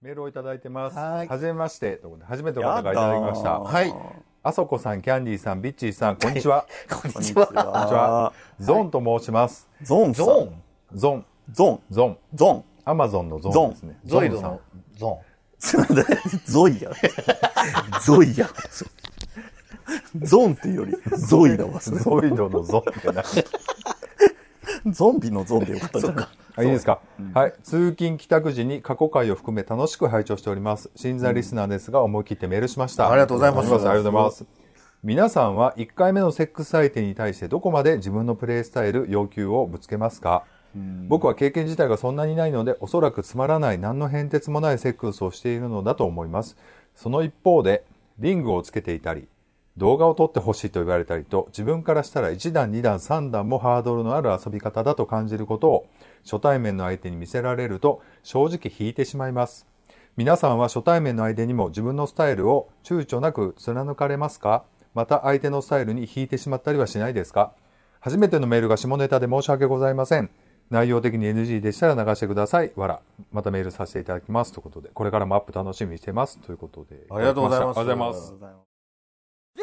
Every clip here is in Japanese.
メールをいただいてます。 はい。 はじめまして。ということで初めての方がいただきました。 はい。 あそこさん、キャンディーさん、ビッチーさん、こんにちは。 こんにちは。 こんにちは。ゾンと申します。 ゾンさん。 ゾン。 ゾン。 ゾン。 ゾン。 アマゾンのゾンですね。 ゾイドのゾン。ゾイや。ゾイや。ゾンっていうよりゾイだわ。 ゾイドのゾンってな。 ゾンビのゾンでよかったじゃん。 いいですか、はい。通勤帰宅時に過去回を含め楽しく拝聴しております。新座リスナーですが、思い切ってメールしました。 ありがとうございます。 ありがとうございます。皆さんは1回目のセックス相手に対してどこまで自分のプレイスタイル、要求をぶつけますか？僕は経験自体がそんなにないので、おそらくつまらない何の変哲もないセックスをしているのだと思います。その一方で、リングをつけていたり、動画を撮ってほしいと言われたりと、自分からしたら1段、2段、3段もハードルのある遊び方だと感じることを、初対面の相手に見せられると、正直引いてしまいます。皆さんは初対面の相手にも自分のスタイルを躊躇なく貫かれますか？また相手のスタイルに引いてしまったりはしないですか？初めてのメールが下ネタで申し訳ございません。内容的に NG でしたら流してください。わら。またメールさせていただきます。ということで、これからもアップ楽しみにしてます。ということで。 ありがとうございます。 ありがとうございます。 This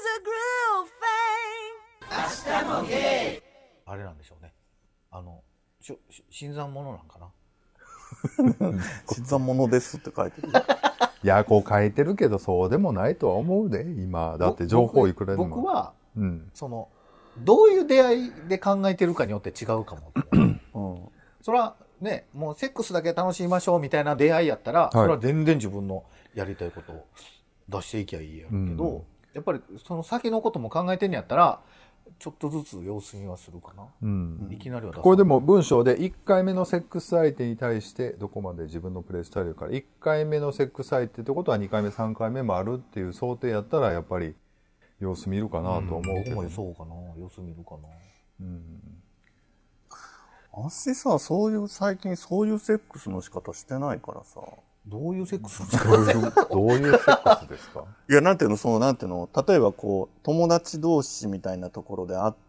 is a groove thing. 明日もゲイ。 あれなんでしょうね。新参者なんかな。新参者ですって書いてる。 いや、こう書いてるけど、そうでもないとは思うで、今。だって情報いくらでも。 僕は、どういう出会いで考えてるかによって違うかも。それはね、もうセックスだけ楽しみましょうみたいな出会いやったら、それは全然自分のやりたいことを出していきゃいいやるけど、やっぱりその先のことも考えてんやったら、ちょっとずつ様子見はするかな。いきなりは出さない。 これでも文章で1回目のセックス相手に対してどこまで自分のプレイスタイルから1回目のセックス相手ってことは2回目3回目もあるっていう想定やったらやっぱり様子見るかなと思うけど、 僕もそうかな、様子見るかな。私さ、最近そういうセックスの仕方してないからさ。どういうセックスどういうセックスですか？ いや、なんていうの、例えばこう、友達同士みたいなところで会って、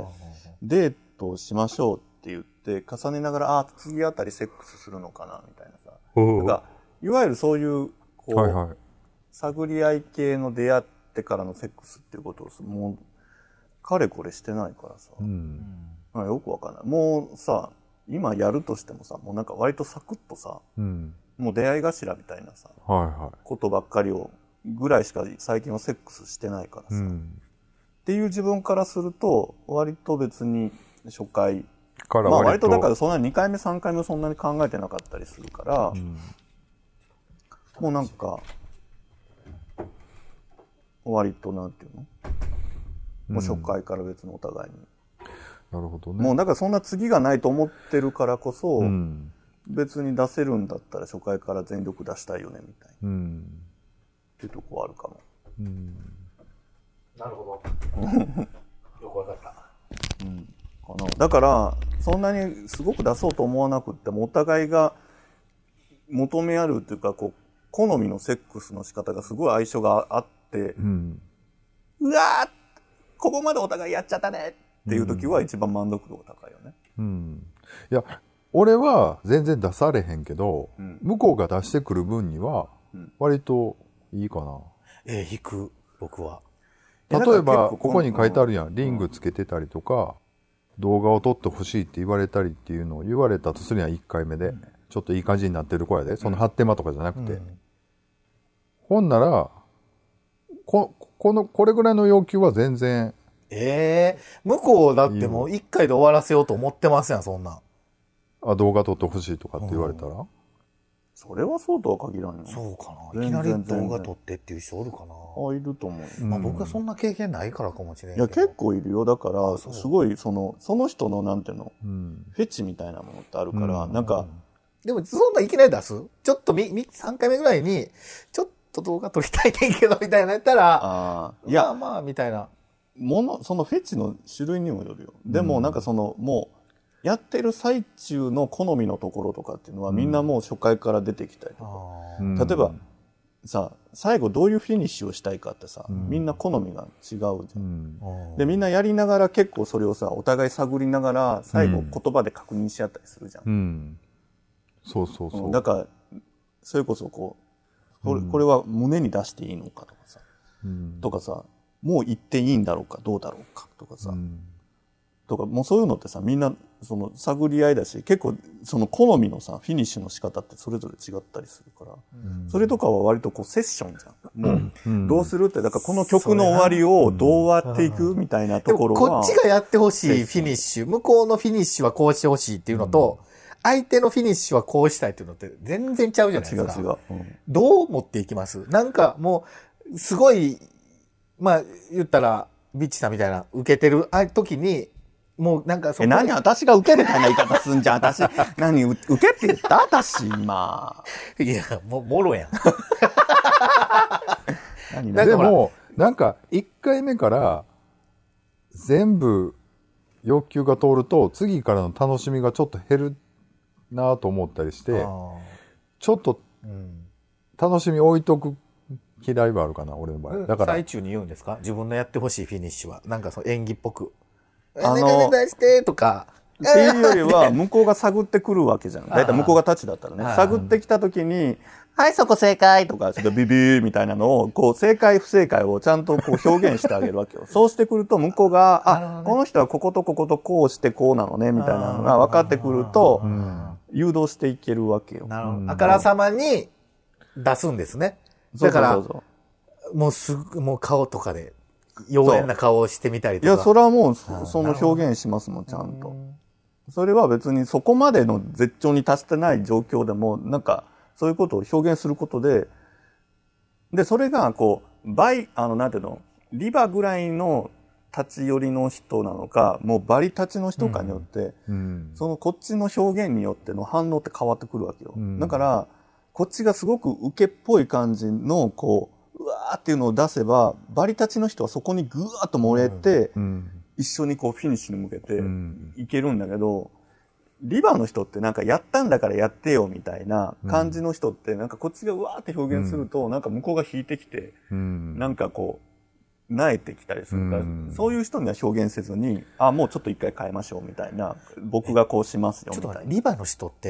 デートをしましょうって言って、重ねながら、次あたりセックスするのかな、みたいなさ。なんか、いわゆるそういう、こう、探り合い系の出会ってからのセックスっていうことを、もう、かれこれしてないからさ。よくわかんない。もうさ、今やるとしてもさ、もうなんか割とサクッとさ、もう出会い頭みたいなさ、ことばっかりをぐらいしか最近はセックスしてないからさ、っていう自分からすると割と別に初回から割とだからそんな2回目3回目そんなに考えてなかったりするから、もうなんか割となんていうの、もう初回から別のお互いに、 なるほどね。 もうだからそんな次がないと思ってるからこそ、別に出せるんだったら初回から全力出したいよねみたいな、っていうとこあるかも。 なるほど。よくわかった。 だからそんなにすごく出そうと思わなくってもお互いが求めあるというかこう好みのセックスの仕方がすごい相性があって、うわーここまでお互いやっちゃったねっていう時は一番満足度が高いよね。 いや俺は全然出されへんけど、向こうが出してくる分には割といいかな。 引く僕は。 例えばここに書いてあるやん、リングつけてたりとか、動画を撮ってほしいって言われたりっていうのを言われたとするやん、1回目で、ちょっといい感じになってる子やで、その発展間とかじゃなくて、ほんならこれぐらいの要求は全然。 向こうだってもう1回で終わらせようと思ってますやん、そんなん。 動画撮ってほしいとかって言われたら、 それはそうとは限らんよ。そうかな。いきなり動画撮ってっていう人おるかな。いると思う。僕はそんな経験ないからかもしれない。いや、結構いるよ。だから、すごい、その人のなんていうの、フェチみたいなものってあるから、なんか、でもそんないきなり出す？ちょっと3回目ぐらいに、ちょっと動画撮りたいねんけど、みたいなやったら、いや、まあ、みたいな。そのフェチの種類にもよるよ。でも、なんかもう、やってる最中の好みのところとかっていうのはみんなもう初回から出てきたりとか、例えばさ、最後どういうフィニッシュをしたいかってさ、みんな好みが違うじゃん。でみんなやりながら結構それをさお互い探りながら最後言葉で確認し合ったりするじゃん。 そうそうそう。 だからそれこそこれは胸に出していいのかとかさ、とかさ、もう言っていいんだろうかどうだろうかとかさ、とかもうそういうのってさ、みんなその探り合いだし、結構その好みのさフィニッシュの仕方ってそれぞれ違ったりするから、それとかは割とこうセッションじゃん。もうどうするってだからこの曲の終わりをどう割っていくみたいなところは、 こっちがやってほしいフィニッシュ、向こうのフィニッシュはこうしてほしいっていうのと、相手のフィニッシュはこうしたいっていうのって全然ちゃうじゃないですか。 違う。 どう持っていきます？なんかもうすごい、まあ言ったらビッチさんみたいな受けてる時に。もうなんか何私が受けみたいな言い方すんじゃん。私、何受けって言った私今。 いや、もろやん。 でも、なんか、1回目から全部欲求が通ると、次からの楽しみがちょっと減るなと思ったりして、ちょっと楽しみ置いとく嫌いはあるかな、俺の場合。だから。 最中に言うんですか？自分のやってほしいフィニッシュは。なんかその演技っぽく。出してとか。 っていうよりは、向こうが探ってくるわけじゃん。だいたい向こうがタッチだったらね。探ってきたときに、はい、そこ正解とか、ちょっとビビーみたいなのを、こう、正解不正解をちゃんとこう表現してあげるわけよ。そうしてくると、向こうが、この人はこことこことこうしてこうなのね、みたいなのが分かってくると、誘導していけるわけよ。 なるほど。あからさまに出すんですね。だから、もう顔とかで。妖艶な顔をしてみたりとか。 いや、それはもう、その表現しますもん、ちゃんと。それは別にそこまでの絶頂に達してない状況でも、なんか、そういうことを表現することで、で、それが、こう、なんていうの、リバぐらいの立ち寄りの人なのか、もうバリ立ちの人かによって、そのこっちの表現によっての反応って変わってくるわけよ。だから、こっちがすごく受けっぽい感じの、こう、うわーっていうのを出せば、バリ立ちの人はそこにぐわーっと燃えて、一緒にこうフィニッシュに向けていけるんだけど、リバの人ってなんかやったんだからやってよみたいな感じの人ってなんかこっちがうわーって表現すると、なんか向こうが引いてきて、なんかこう、萎えてきたりするから、そういう人には表現せずに、もうちょっと一回変えましょうみたいな、僕がこうしますよみたいな。 ちょっとリバの人って、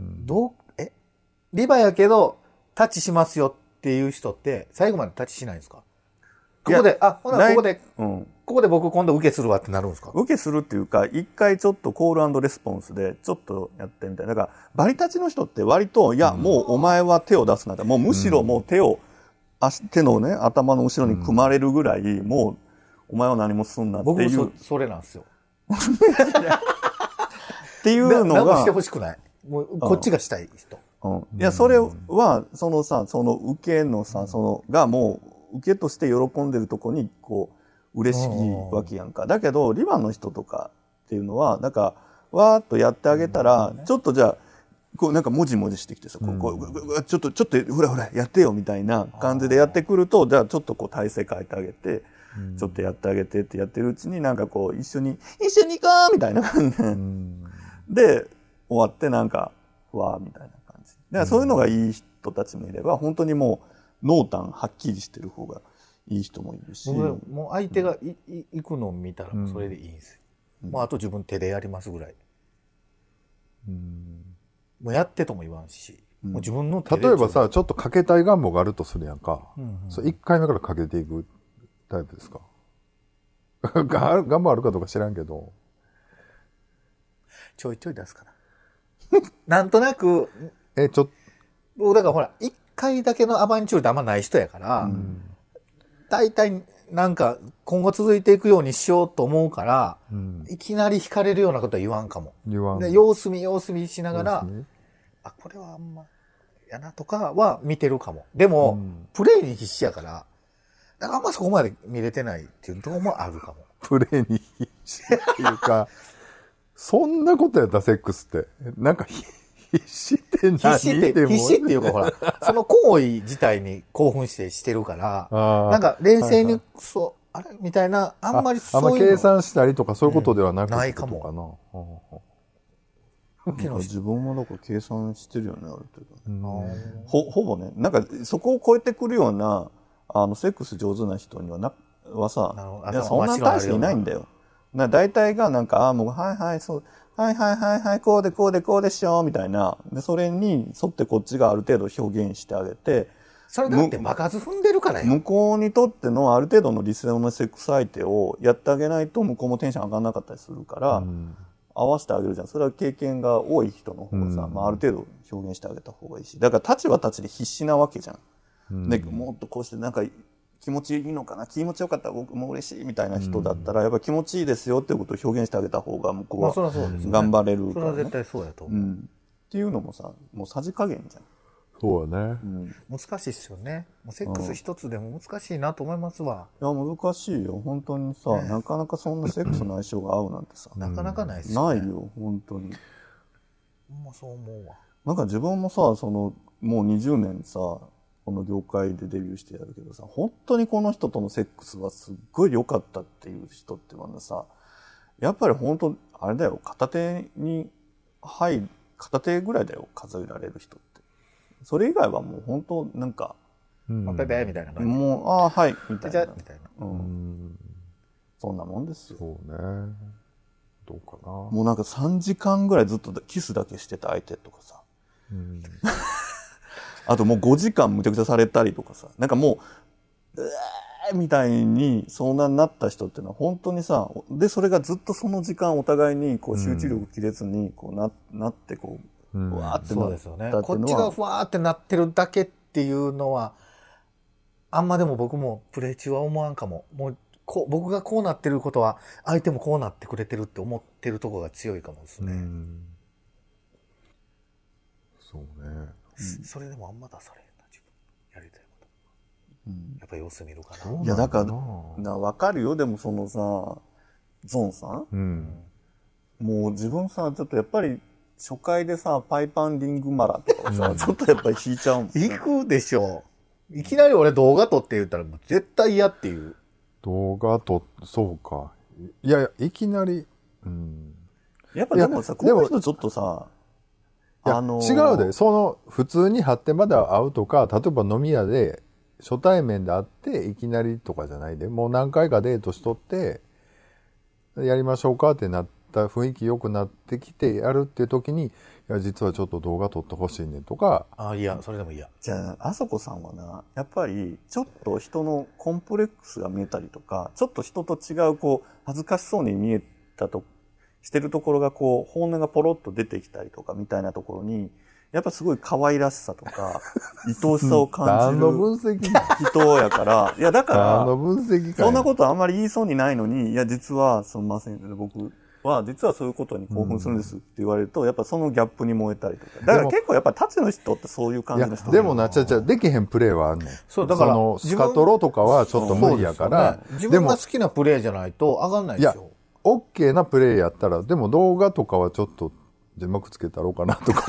リバやけど、タッチしますよっていう人って、最後までタッチしないんですか？ここで、ほな、ここで僕今度受けするわってなるんですか？ 受けするっていうか、一回ちょっとコール&レスポンスで、ちょっとやってみたいな。だから、バリ立ちの人って割と、いや、もうお前は手を出すなんて、もうむしろもう手のね、頭の後ろに組まれるぐらい、もう、お前は何もすんなっていう。 僕それなんですよ。 っていうのが。 何もしてほしくない。もう、こっちがしたい人。 いや、それは、その受けのさ、がもう、受けとして喜んでるとこに、こう、嬉しいわけやんか。だけど、リバの人とかっていうのは、なんか、わーっとやってあげたら、ちょっとじゃあ、こうなんかもじもじしてきてさ、ちょっと、ほら、やってよみたいな感じでやってくると、じゃあちょっとこう体勢変えてあげて、ちょっとやってあげてってやってるうちになんかこう、一緒に行こうみたいな感じで、終わってなんか、わーみたいな感じ。だからそういうのがいい人たちもいれば、本当にもう、濃淡はっきりしてる方がいい人もいるし。 もう相手が行くのを見たらそれでいいんですよ。もうあと自分手でやりますぐらい。もうやってとも言わんし。もう自分の手で。 例えばさ、ちょっとかけたい願望があるとするやんか。それ1回目からかけていくタイプですか？願望あるかどうか知らんけど。 ちょいちょい出すかな。なんとなく。だからほら、1回だけのアバンチュールってあんまない人やから、大体なんか今後続いていくようにしようと思うから、いきなり惹かれるようなことは言わんかも。で様子見しながら、これはあんまやなとかは見てるかも。でも、プレイに必死やから、だからあんまそこまで見れてないっていうところもあるかも。 プレイに必死っていうか、そんなことやったセックスって。なんか必死っていうかほら、その行為自体に興奮してるから、なんか冷静に、あれみたいな、あんまりそういうの。 あんま計算したりとかそういうことではなくて、 ないかも。 自分もだから計算してるよね、ある程度。ほぼね、なんかそこを超えてくるような、セックス上手な人にはさ、いや、そんな大していないんだよ。大体がなんか、もう、はいはい、そう、 はいはいはいはい、こうでこうでこうでしょ、みたいな。で、それに沿ってこっちがある程度表現してあげて、 それだって爆発踏んでるからよ。 向こうにとってのある程度の理想のセックス相手をやってあげないと向こうもテンション上がんなかったりするから、合わせてあげるじゃん。それは経験が多い人の方がさ、ある程度表現してあげた方がいいし。だから立ちは立ちで必死なわけじゃん。で、もっとこうしてなんか気持ちいいのかな、気持ちよかったら僕も嬉しいみたいな人だったら、やっぱ気持ちいいですよっていうことを表現してあげた方が向こうは頑張れるから、ね。 それは絶対そうやと思う。 っていうのもさ、もうさじ加減じゃん。 そうだね。 難しいっすよね。もうセックス一つでも難しいなと思いますわ。 いや、難しいよ。本当にさ、なかなかそんなセックスの相性が合うなんてさ。 なかなかないっすよね。ないよ、本当に。 もうそう思うわ。 なんか自分もさ、もう20年さ、この業界でデビューしてやるけどさ、本当にこの人とのセックスはすっごい良かったっていう人っていうのはさ、やっぱり本当、あれだよ、片手ぐらいだよ、数えられる人って。それ以外はもう本当なんか、 ペペみたいな感じ。 もう、ああ、はい、みたいな。 みたいな。 そんなもんですよ。 そうね。どうかな。 もうなんか3時間ぐらいずっとキスだけしてた相手とかさ。あともう5時間むちゃくちゃされたりとかさ。なんかもう、みたいに遭難になった人っていうのは本当にさ、で、それがずっとその時間お互いにこう集中力切れずにこうなってこう、ふわーってなったっていうのは。そうですよね。 こっちがふわーってなってるだけっていうのは、あんまでも僕もプレイ中は思わんかも。もう僕がこうなってることは相手もこうなってくれてるって思ってるところが強いかもですね。 そうね。 それでもあんま出されへんな、自分。やりたいこと。やっぱ様子見るかな。 いや、だからわかるよ。でもそのさ、ゾンさん、もう自分さ、ちょっとやっぱり初回でさ、パイパンリングマラとかをさ、ちょっとやっぱり引いちゃうもん、ね。 行くでしょ。いきなり俺動画撮って言ったらもう絶対嫌っていう。 動画そうか。いや、いきなり、 やっぱでもさ、この人ちょっとさ、 違うで、普通に発展まで会うとか、例えば飲み屋で、初対面で会って、いきなりとかじゃないで、もう何回かデートしとって、やりましょうかってなった雰囲気良くなってきてやるっていう時に、いや、実はちょっと動画撮ってほしいねとか。 いや、それでも嫌。 じゃあ、あそこさんはな、やっぱり、ちょっと人のコンプレックスが見えたりとか、ちょっと人と違う、こう、恥ずかしそうに見えたと、してるところが、こう、本音がポロッと出てきたりとか、みたいなところに、やっぱすごい可愛らしさとか、愛おしさを感じる人やから、いや、だから、そんなことあんまり言いそうにないのに、いや、実は、すみません、僕は、実はそういうことに興奮するんですって言われると、やっぱそのギャップに燃えたりとか。だから結構やっぱ立ちの人ってそういう感じの人。 でもな、できへんプレーはあんねん。そう、だから、スカトロとかはちょっと無理やから。 自分が好きなプレーじゃないと上がんないですよ。 オッケーなプレイやったら、でも動画とかはちょっと字幕つけたろうかなとか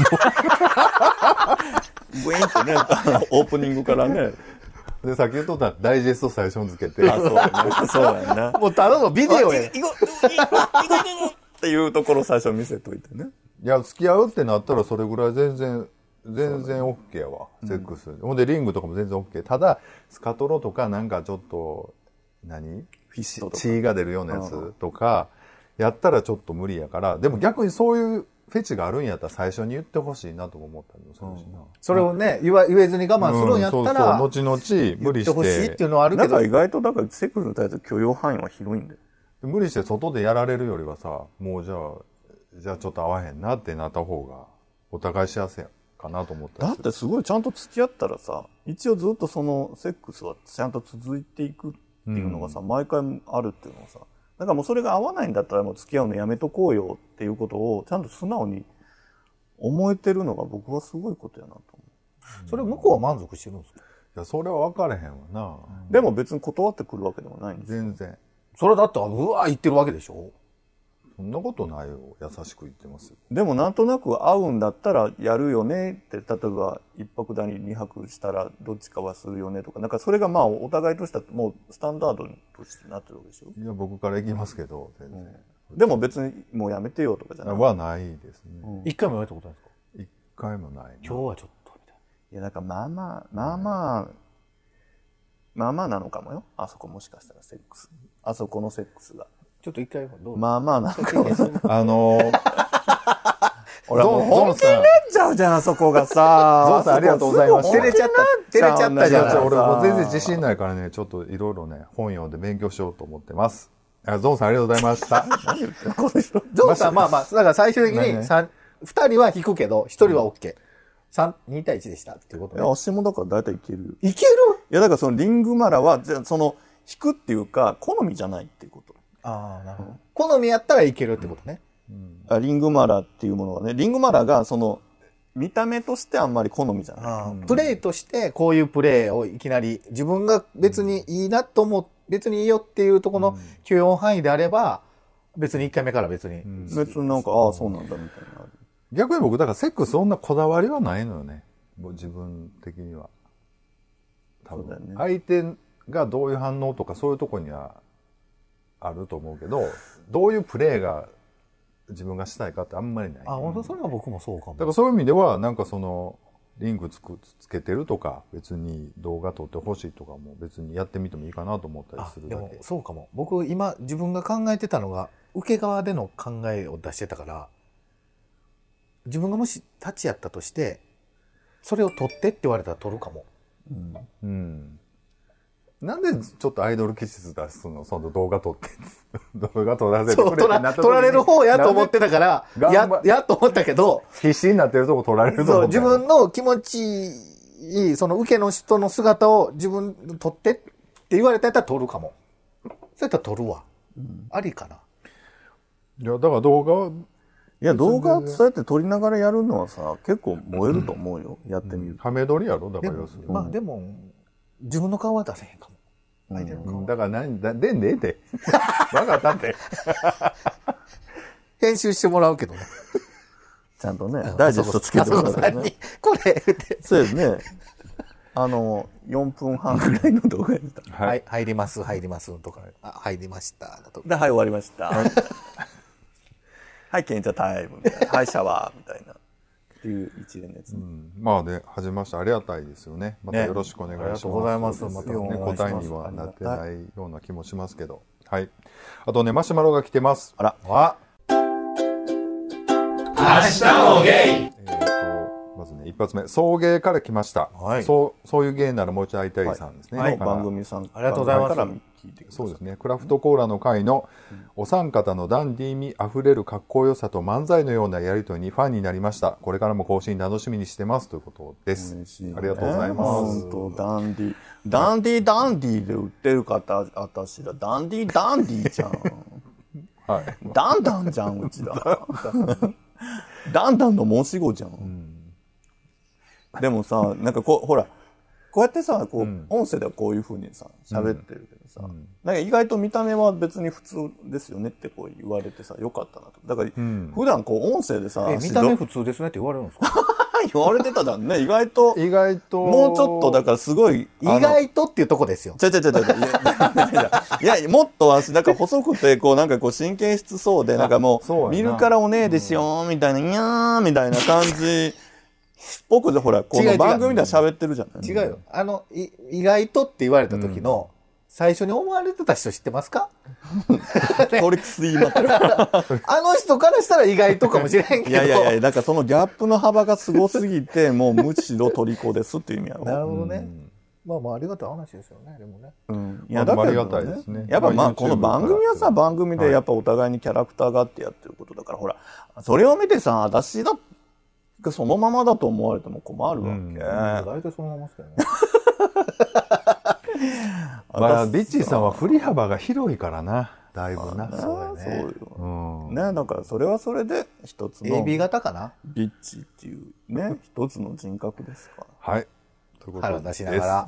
も。グイーンってね、オープニングからね。 で、先ほど言ったダイジェスト最初につけて。 そうやね。そうやな。 もうただのビデオや。 っていうところ最初見せといてね。 いや、付き合うってなったらそれぐらい全然 OK やわ。セックス。ほんでリングとかも全然 OK。ただ、スカトロとかなんかちょっと、フィッシュとか血が出るようなやつとかやったらちょっと無理やから、でも逆にそういうフェチがあるんやったら最初に言ってほしいなと思ったりもするしな。 それをね、言えずに我慢するんやったら、 後々無理して。言ってほしいっていうのはあるけど。 だから意外とだからセックスに対する許容範囲は広いんだよ。 無理して外でやられるよりはさ、もうじゃあちょっと合わへんなってなった方がお互い幸せかなと思ったりする。 だってすごいちゃんと付き合ったらさ、一応ずっとそのセックスはちゃんと続いていくっていうのがさ、毎回あるっていうのはさ、だからもうそれが合わないんだったらもう付き合うのやめとこうよっていうことをちゃんと素直に思えてるのが僕はすごいことやなと思う。それ向こうは満足してるんですか？ いや、それは分かれへんわな。 でも別に断ってくるわけでもないんですよ。 全然。 それだってうわ言ってるわけでしょ？ そんなことないよ。優しく言ってますよ。 でもなんとなく会うんだったらやるよねって、例えば1泊だに2泊したらどっちかはするよねとか、なんかそれがまあお互いとしてはもうスタンダードとしてなってるわけでしょ？ いや、僕から行きますけど、全然。 でも別にもうやめてよとかじゃない。 はないですね。 一回も言われたことないですか？ 一回もない。 今日はちょっとみたいな。いや、だからまあまあなのかもよ。あそこもしかしたらセックス。あそこのセックスが。 ちょっと一回どう？ まあまあなんかも。 俺はもう本気になっちゃうじゃん、そこがさ。 ゾウさんありがとうございました。 照れちゃったじゃん。 俺もう全然自信ないからね、ちょっといろいろね、本読んで勉強しようと思ってます。ゾウさんありがとうございました。 ゾウさん、まあまあ、だから最終的に2人は引くけど、1人は OK。2対1でしたっていうことね。 足もだから大体いけるよ。 いける？ いや、だからそのリングマラは、その、引くっていうか、好みじゃないっていうこと。 ああ、なるほど。好みやったらいけるってことね。 リングマラっていうものがね、リングマラがその、見た目としてあんまり好みじゃない。 プレイとしてこういうプレイをいきなり自分が別にいいなと思う、別にいいよっていうところの許容範囲であれば、別に1回目から別に。 別になんか、ああ、そうなんだみたいな。 逆に僕、だからセックスそんなこだわりはないのよね。自分的には。多分、ね、相手がどういう反応とかそういうところにはあると思うけど、どういうプレイが自分がしたいかってあんまりない。 あ、本当それは僕もそうかも。 だからそういう意味では、なんかその、リングつけてるとか、別に動画撮ってほしいとかも別にやってみてもいいかなと思ったりするだけ。 でもそうかも。僕今自分が考えてたのが、受け側での考えを出してたから、自分がもし立ちやったとして、それを撮ってって言われたら撮るかも。 うん。なんでちょっとアイドル気質出すの？その動画撮って。動画撮らせてくれって撮られる方やと思ってたから、やと思ったけど。 必死になってるとこ撮られると思った。 そう、自分の気持ちいい、その受けの人の姿を自分撮ってって言われたら撮るかも。そうやったら撮るわ。ありかな。 いや、だから動画は、 いや、動画そうやって撮りながらやるのはさ、結構燃えると思うよ。やってみると。 ハメ撮りやろだから要するに。 まあでも、自分の顔は出せへんかも。相手の顔。 だからでんでええて。わかったって。 編集してもらうけどね。 ちゃんとね、ダイジェストつけてもらうからね。 これ、 そうですね。4分半ぐらいの動画やった。 はい、入りますとか、入りましたとか。 で、はい、終わりました。はい、賢者タイムみたいな。はい、シャワーみたいな。っていう一連のやつ。 まあね、始めました。ありがたいですよね。またよろしくお願いします。ありがとうございます。またね、答えにはなってないような気もしますけど。はい。あとね、マシュマロが来てます。 あら。 明日もゲイ。 まずね、一発目、送迎から来ました。はい。そういう芸ならもう一度会いたいさんですね。 はい。番組さん。 ありがとうございます。 そうですね。クラフトコーラの会のお三方のダンディー味あふれるかっこよさと漫才のようなやりとりにファンになりました。これからも更新楽しみにしてますということです。ありがとうございます。 本当ダンディーで売ってる方、私らダンディーじゃん。はい。ダンダンじゃん、うちら。ダンダンの申し子じゃん。でもさ、なんかほら、こうやってさ、音声ではこういう風にさ、喋ってるけどさ、なんか意外と見た目は別に普通ですよねってこう言われてさ、よかったなと。だから、普段音声でさ、 見た目普通ですねって言われるんですか？ 言われてたじゃんね、意外と。もうちょっと、だからすごい。 意外とっていうとこですよ。 いや、もっとなんか細くて、なんか神経質そうで、なんかもう、見るからおねえですよ、みたいな、いやー、みたいな感じ。僕でほら、この番組では喋ってるじゃない。 違うよ。意外とって言われた時の、最初に思われてた人知ってますか？ トリックス言いまくる。 あの人からしたら意外とかもしれんけど。 いや、だからそのギャップの幅がすごすぎて、もうむしろ虜ですっていう意味やろ。 なるほどね。まあありがたい話ですよね、でもね。 いや、だから、 ありがたいですね。 やっぱこの番組はさ、番組でやっぱお互いにキャラクターがあってやってることだから、ほら、それを見てさ、私だそのままだと思われても困るわけ。 大体そのままですけどね。 まあ、ビッチーさんは振り幅が広いからな。だいぶな。 そうよ。ね、だからそれはそれで一つの。 AB 型かな？ ビッチーっていうね、一つの人格ですから。 はい。ということで。 腹出しながら。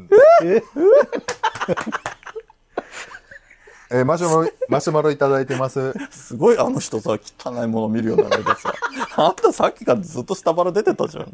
マシュマロいただいてます。 すごいあの人さ、汚いもの見るようになられてさ。あんたさっきからずっと下腹出てたじゃん。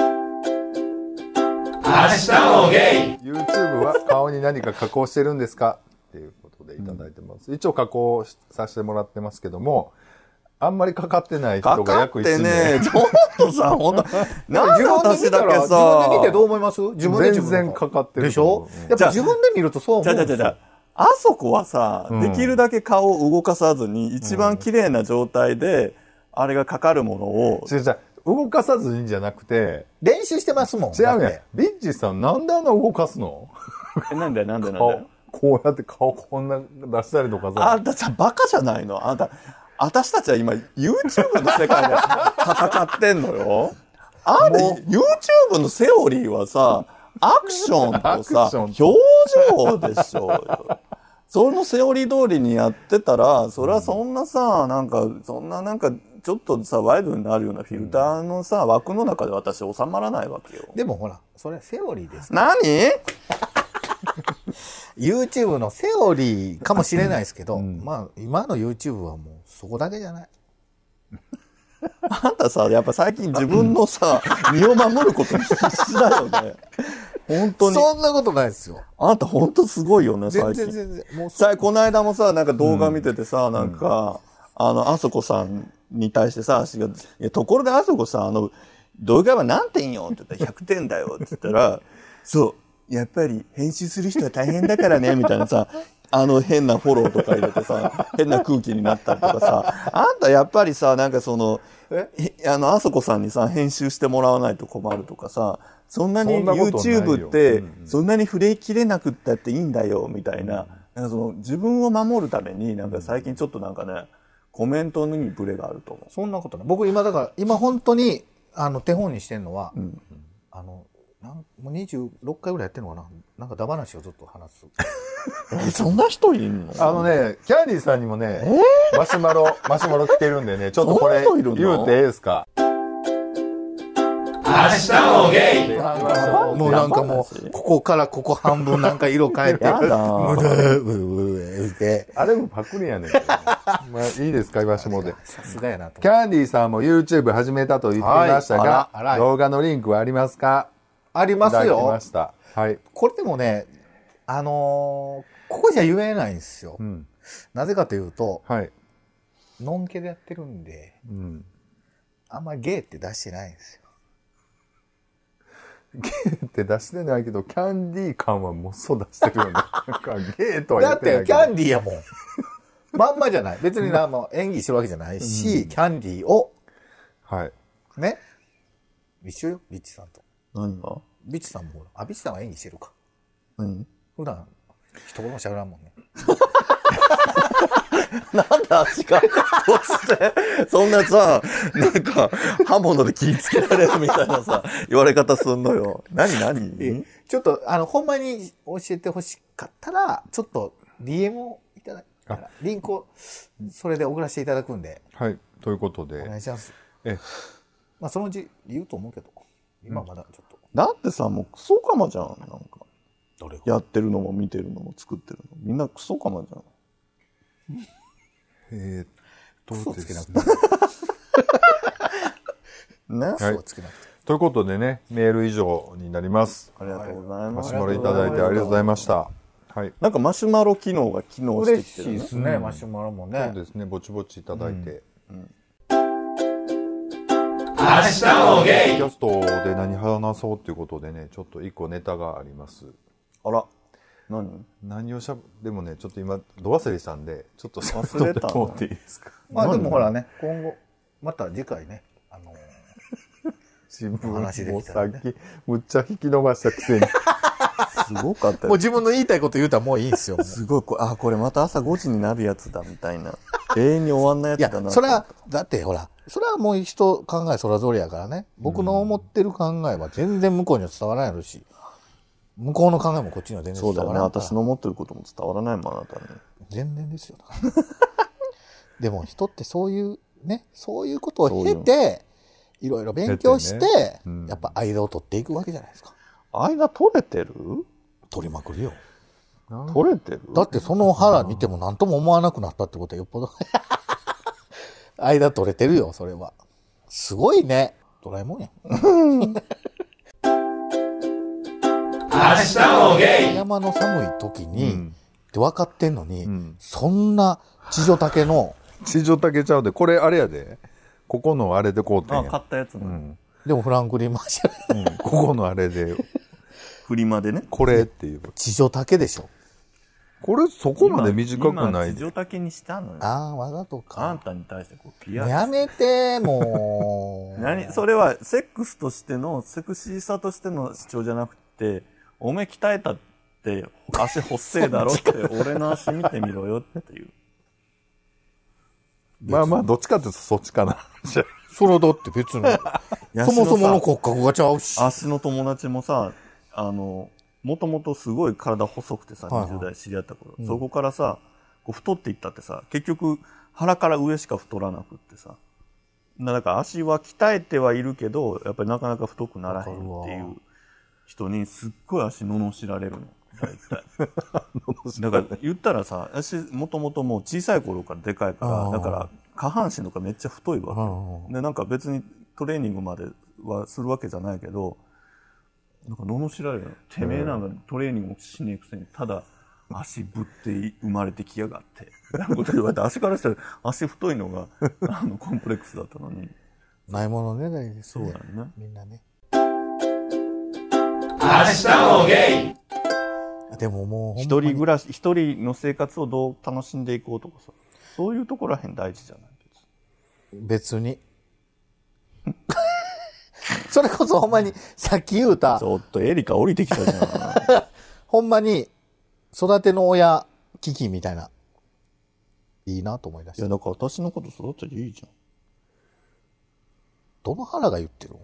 明日もゲイ YouTube は顔に何か加工してるんですかっていうことでいただいてます。一応加工させてもらってますけども、あんまりかかってない人が約1名。 ね、ちょっとさ、ほんと、なんで私だけさ、 自分で見てどう思います？自分で全然かかってる。 でしょ？やっぱ自分で見るとそう思うんですよ。 あそこはさ、できるだけ顔を動かさずに、一番綺麗な状態で、 あれがかかるものを。 違う動かさずにじゃなくて。 練習してますもん。 違うやん。ビッチーさんなんであんな動かすの？ なんでこうやって顔こんな出したりとかさ。 あんたバカじゃないの？私たちは今 YouTube の世界で戦ってんのよ。YouTube のセオリーはさ、アクションとさ、表情でしょうよ。そのセオリー通りにやってたら、それはそんなさ、ちょっとさ、ワイドになるようなフィルターのさ、枠の中で私収まらないわけよ。 でもほら、それセオリーです。 何 ？YouTube のセオリーかもしれないですけど、まあ、今の YouTube はもうそこだけじゃない。 あんたさ、やっぱ最近自分のさ、身を守ることに必死だよね。本当に。 そんなことないですよ。 あんた本当すごいよね、最近。 全然。もうこの間もさ、なんか動画見ててさ、なんか、あそこさんに対してさ、いや、ところであそこさん、動画は何点よって言ったら100点だよって言ったら、そう、やっぱり編集する人は大変だからね、みたいなさ、変なフォローとか入れてさ、変な空気になったりとかさ、あんたやっぱりさ、なんかあそこさんにさ、編集してもらわないと困るとかさ、そんなに YouTube って、そんなに触れきれなくったっていいんだよ、みたいな。なんか自分を守るために、なんか最近ちょっとなんかね、コメントにブレがあると思う。 そんなことない。僕今本当に、手本にしてるのは、もう26回ぐらいやってるのかな。なんかダ話をずっと話す。 そんな人いんの？ キャンディーさんにもね、マシュマロ来てるんでね、ちょっとこれ言うてええですか？ 明日もゲイ。 もうなんかもう、ここからここ半分なんか色変えて、 やだあれもパクリやねんけど、まあいいですか、言わしてもで。 さすがやなと。 キャンディーさんも YouTube 始めたと言っていましたが、動画のリンクはありますか？ ありますよ。 いただきました。はい。 これでもね、ここじゃ言えないんですよ。なぜかというと、ノンケでやってるんで、あんまりゲーって出してないんですよ。 ゲーって出してないけど、キャンディー感はもっそ出してるよね。なんかゲーとは言ってないけど。 だってキャンディーやもん。まんまじゃない。別に演技してるわけじゃないし、キャンディーを、ね。一緒よ、ビッチさんと。 何が？ ビッチさんもほら、ビッチさんは演技してるか。普段、一言も喋らんもんね。 なんで足が突然、そんなさ、なんか、刃物で切りつけられるみたいなさ、言われ方すんのよ。何ちょっと、ほんまに教えてほしかったら、ちょっと DM をいただいたら、リンクを、それで送らせていただくんで。 はい、ということで。 お願いします。まあ、そのうち言うと思うけど、今まだちょっと。 だってさ、もうクソカマじゃん、なんか。やってるのも見てるのも作ってるの。みんなクソカマじゃん。 クソつけなくて。 ね。 ということでね、メール以上になります。 ありがとうございます。 マシュマロいただいてありがとうございました。はい。 なんかマシュマロ機能が機能してきてるね。 嬉しいですね、マシュマロもね。 そうですね、ぼちぼちいただいて。 明日もゲイ。 キャストで何話そうっていうことでね、ちょっと一個ネタがあります。 あら。 何をでもね、ちょっと今、ど忘れしたんで、ちょっと忘れたとっていいですか？ まあでもほらね、今後、また次回ね、 新聞話でもうさきたらねっき、むっちゃ引き伸ばしたくせに。 すごかったよ。 もう自分の言いたいこと言うたらもういいんですよ。 すごい、これまた朝5時になるやつだ、みたいな。永遠に終わんないやつだな。 それは、だってほら、それはもう人考えそれぞれやからね。僕の思ってる考えは全然向こうには伝わらないし、向こうの考えもこっちには全然伝わらない。 そうだよね。私の思ってることも伝わらないもん、あなたに。 全然ですよ。でも人ってそういうね、そういうことを経て、いろいろ勉強して、やっぱ間を取っていくわけじゃないですか。 間取れてる？ 取りまくるよ。 取れてる？ だってその腹見ても何とも思わなくなったってことはよっぽど間取れてるよ、それは。すごいね。ドラえもんや。 明日もゲイ。 山の寒い時に、って分かってんのに、そんな地上丈の。 地上丈ちゃうで、これあれやで。ここのあれでこうてんや。 買ったやつね。 でもフランクリンマーシャル。 ここのあれで。 フリマでね。 これっていう。 地上丈でしょ。 これそこまで短くない。 今地上丈にしたのよ。 ああ、わざとか。 あんたに対してこうピアやめて、もう。 それはセックスとしての、セクシーさとしての主張じゃなくて、おめえ鍛えたって足ほっせえだろって、俺の足見てみろよっていう。 まあまあ、どっちかっていうとそっちかな。 それはだって別に、そもそもの骨格がちゃうし。 足の友達もさ、もともとすごい体細くてさ、20代知り合った頃。そこからさ、こう太っていったってさ、結局腹から上しか太らなくってさ。だから足は鍛えてはいるけど、やっぱりなかなか太くならへんっていう人にすっごい足罵られるの。大体。だから言ったらさ、足もともともう小さい頃からでかいから、だから下半身とかめっちゃ太いわけ。で、なんか別にトレーニングまではするわけじゃないけど、なんか罵られるの。てめえなんかトレーニングもしねえくせに、ただ足ぶって生まれてきやがって。みたいなこと言われて、足からしたら足太いのがコンプレックスだったのに。 ないものねだりですね。そうだね。 みんなね。 明日もゲイ。 でももう一人暮らし、一人の生活をどう楽しんでいこうとかさ、そういうところらへん大事じゃない？ 別に。それこそほんまにさっき言うた。 ちょっとエリカ降りてきたじゃん。 ほんまに育ての親危機みたいな。いいなと思い出した。 いやだから私のこと育てていいじゃん。 どの腹が言ってるの？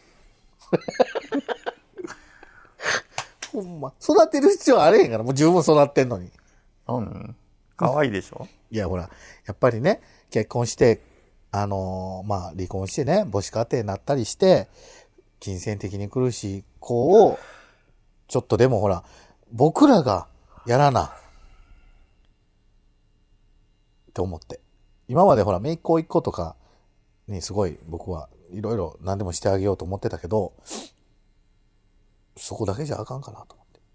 ほんま。育てる必要あれへんから、もう十分育ってんのに。 可愛いでしょ？ いやほら、やっぱりね、結婚して、まあ離婚してね、母子家庭になったりして、金銭的に苦しい子を、ちょっとでもほら、僕らがやらな。って思って。今までほら、姪っ子一個とかにすごい僕はいろいろ何でもしてあげようと思ってたけど、そこだけじゃあかんかなと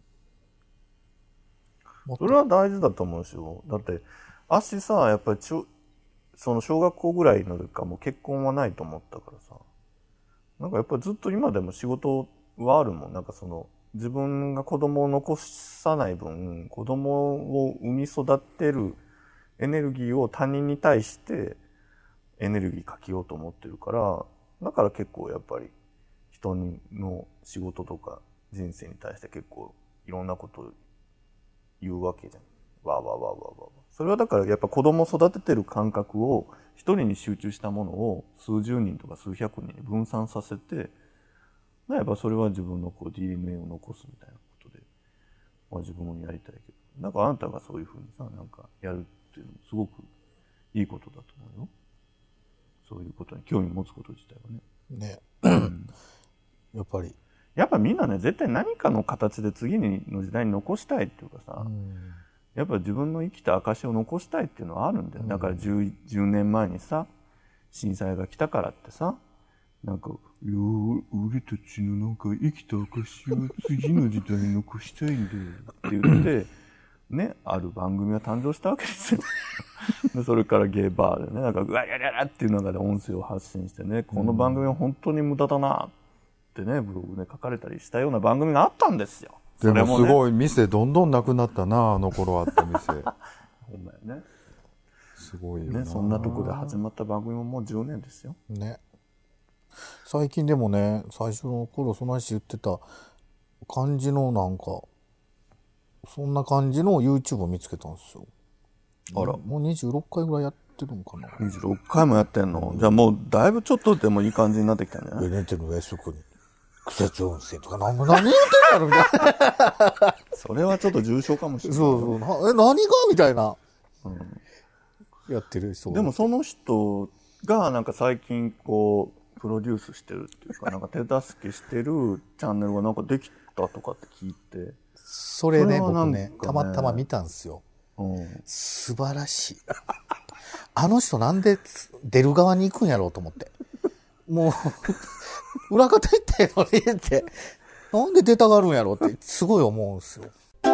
思って。 それは大事だと思うしよ。だって、足さ、やっぱりその小学校ぐらいの時からもう結婚はないと思ったからさ。なんかやっぱりずっと今でも仕事はあるもん。なんか自分が子供を残さない分、子供を産み育てるエネルギーを他人に対してエネルギーかけようと思ってるから、だから結構やっぱり人の仕事とか人生に対して結構いろんなことを言うわけじゃん。わーわーわーわーわー。それはだからやっぱ子供を育ててる感覚を一人に集中したものを数十人とか数百人に分散させて、やっぱそれは自分のDNA を残すみたいなことで、まあ自分もやりたいけど、なんかあんたがそういうふうにさ、なんかやるっていうのもすごくいいことだと思うよ。そういうことに興味持つこと自体はね。 ね。 やっぱみんなね、絶対何かの形で次の時代に残したいっていうかさ、やっぱ自分の生きた証を残したいっていうのはあるんだよ。だから10年前にさ、震災が来たからってさ、なんか、いや、俺たちのなんか生きた証を次の時代に残したいんだよって言って、ね、ある番組が誕生したわけですよ。でそれからゲイバーでね、なんか、うわやららっていう中で音声を発信してね、この番組は本当に無駄だなってね、ブログで書かれたりしたような番組があったんですよ。 でもすごい店どんどんなくなったな、あの頃あった店。 ほんまやね。 すごいよな。 ね、そんなとこで始まった番組ももう10年ですよ。 ね。最近でもね、最初の頃その話言ってた感じのなんか、そんな感じの YouTube を見つけたんですよ。 あら。 もう26回ぐらいやってるのかな。 26回もやってんの？じゃあもうだいぶちょっとでもいい感じになってきたんじゃない？ ベネテの上そこに。草津温泉とか何言うてんやろみたいな。 それはちょっと重症かもしれない。 そうそう。何がみたいな。やってる人。 でもその人がなんか最近こう、プロデュースしてるっていうか、なんか手助けしてるチャンネルがなんかできたとかって聞いて。 それね、僕ね、たまたま見たんですよ。素晴らしい。あの人なんで出る側に行くんやろうと思って。もう、裏方行ったやのにって、なんで出たがるんやろうって、すごい思うんですよ。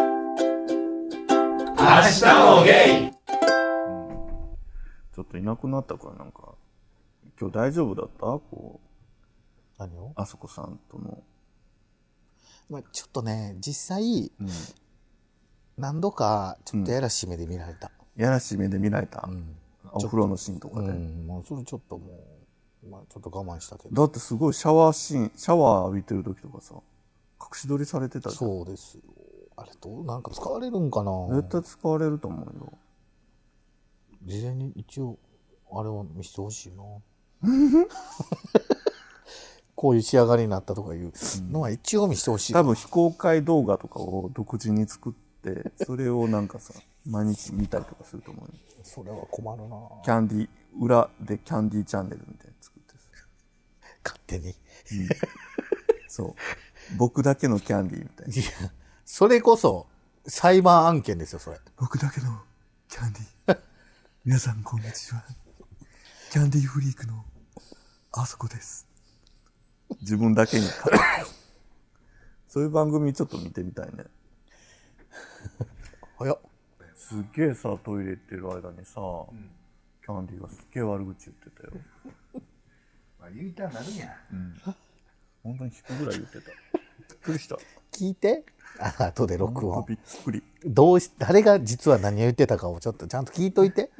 明日もゲイ。 ちょっといなくなったからなんか、今日大丈夫だった？こう。 何を？ あそこさんとの。 まあ、ちょっとね、実際、 何度かちょっとやらしい目で見られた。 やらしい目で見られた。お風呂のシーンとかで。 もうそれちょっともう、まあちょっと我慢したけど。 だってすごいシャワー浴びてる時とかさ、隠し撮りされてたじゃん。 そうですよ。あれなんか使われるんかな。 絶対使われると思うよ。 事前に一応、あれを見せてほしいな。こういう仕上がりになったとかいうのは一応見せてほしい。 多分非公開動画とかを独自に作って、それをなんかさ、毎日見たりとかすると思うよ。 それは困るな。 キャンディー、裏でキャンディーチャンネルみたいなの作ってる。 勝手に。 そう。僕だけのキャンディーみたいな。 いや、それこそ裁判案件ですよ、それ。 僕だけのキャンディー。皆さんこんにちは。キャンディーフリークのあそこです。自分だけに。そういう番組ちょっと見てみたいね。 早っ。 すっげえさ、トイレ行ってる間にさ、キャンディーがすっげえ悪口言ってたよ。 まあ言いたなるやん。 本当に引くぐらい言ってた。びっくりした。 聞いて。後で録音。 びっくり。 誰が実は何を言ってたかをちょっとちゃんと聞いといて。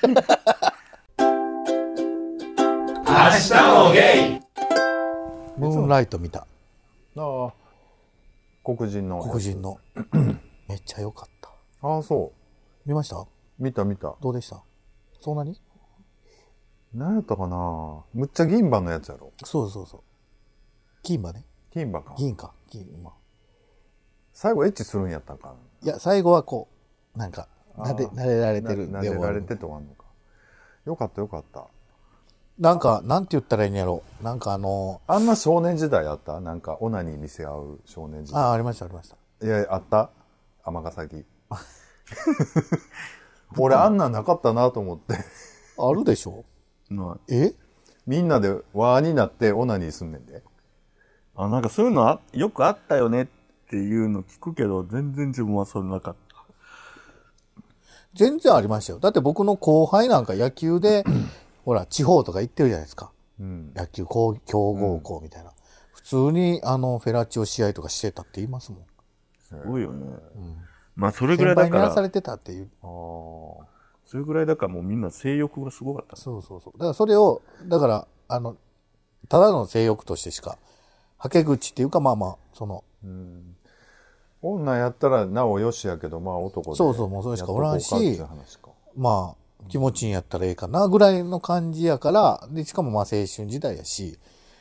明日もゲイ。 ムーンライト見た。 ああ、黒人の。 めっちゃ良かった。 ああ、そ見ました？ う。見た。 どうでした？そんなに？ 何やったかな。むっちゃ銀歯のやつやろ。 そう。銀歯ね。 銀歯か。 銀歯。 最後エッチするんやったんかな。 いや、最後はこう、なんか、撫でられてる。 撫でられてと終わんのか。よかった。 なんか、なんて言ったらいいんやろ。なんかあんな少年時代あった？なんか、オナニー見せ合う少年時代。 ありました。 いや、あった？尼崎。俺、あんなんなかったなと思って。 あるでしょ？ みんなで輪になってオナニーすんねんで。 なんかそういうのよくあったよねっていうの聞くけど、全然自分はそれなかった。 全然ありましたよ。だって僕の後輩なんか野球で、ほら、地方とか行ってるじゃないですか。野球強豪校みたいな。普通にフェラチオ試合とかしてたって言いますもん。 すごいよね。まあそれぐらいだから。 先輩にやらされてたっていう。 それぐらいだからもうみんな性欲がすごかった。 そう。だからそれを、ただの性欲としてしか、はけ口っていうか、 女やったらなおよしやけど、まあ男で。 そう、もうそれしかおらんし、まあ、気持ちいいんやったらええかな、ぐらいの感じやから、で、しかもまあ青春時代やし、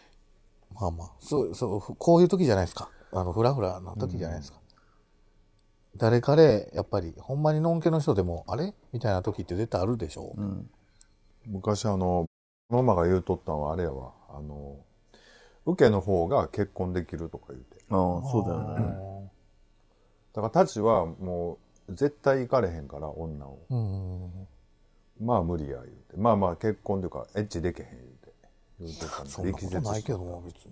こういう時じゃないですか。フラフラな時じゃないですか。誰かで、やっぱり、ほんまにのんけの人でも、あれみたいな時って絶対あるでしょ。 昔ママが言うとったのはあれやわ。受けの方が結婚できるとか言うて。 そうだよね。 だからタチはもう絶対行かれへんから女を。まあ無理や言うて。まあ結婚というかエッチできへん言うてたんで。 そんなことないけども別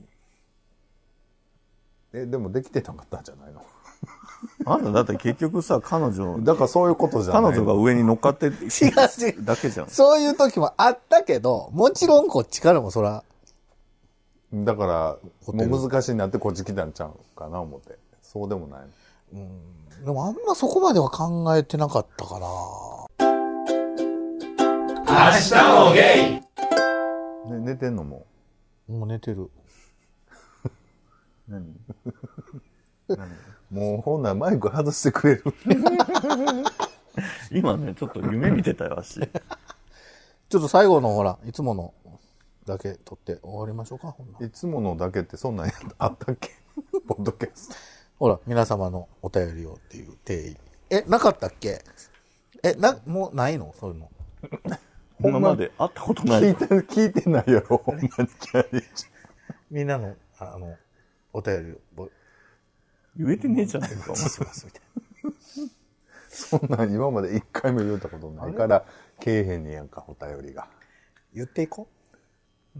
に。でもできてなかったんじゃないの？ あんただって結局さ、彼女。 だからそういうことじゃない。 彼女が上に乗っかって違うだけじゃん。 そういう時もあったけど、もちろんこっちからもそら。 だから、もう難しいなってこっち来たんちゃうかな思って。そうでもない。 でもあんまそこまでは考えてなかったかな。 明日もゲイ。 寝てんのもう寝てる。 何もうほんならマイク外してくれる？ 今ね、ちょっと夢見てたよ、足。 ちょっと最後のほら、いつものだけ撮って終わりましょうか。 いつものだけってそんなんあったっけ？ポッドキャスト。 ほら、皆様のお便りをっていう定義。なかったっけ？もうないの？そういうの。 今まで会ったことない。 聞いてないやろ、ほんまに。 みんなの、お便りを。 言えてねえじゃねえか、 お待ちしてます、みたいな。そんなん今まで一回も言ったことないから、けえへんねやんか、お便りが。 言っていこう。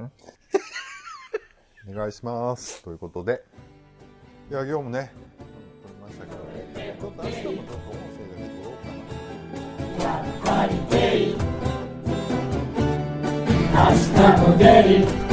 お願いします。ということで。いや、今日もね、撮りましたけど、ちょっと明日もちょっと音声だけ撮ろうかな。 やっぱりゲイ。明日もゲイ。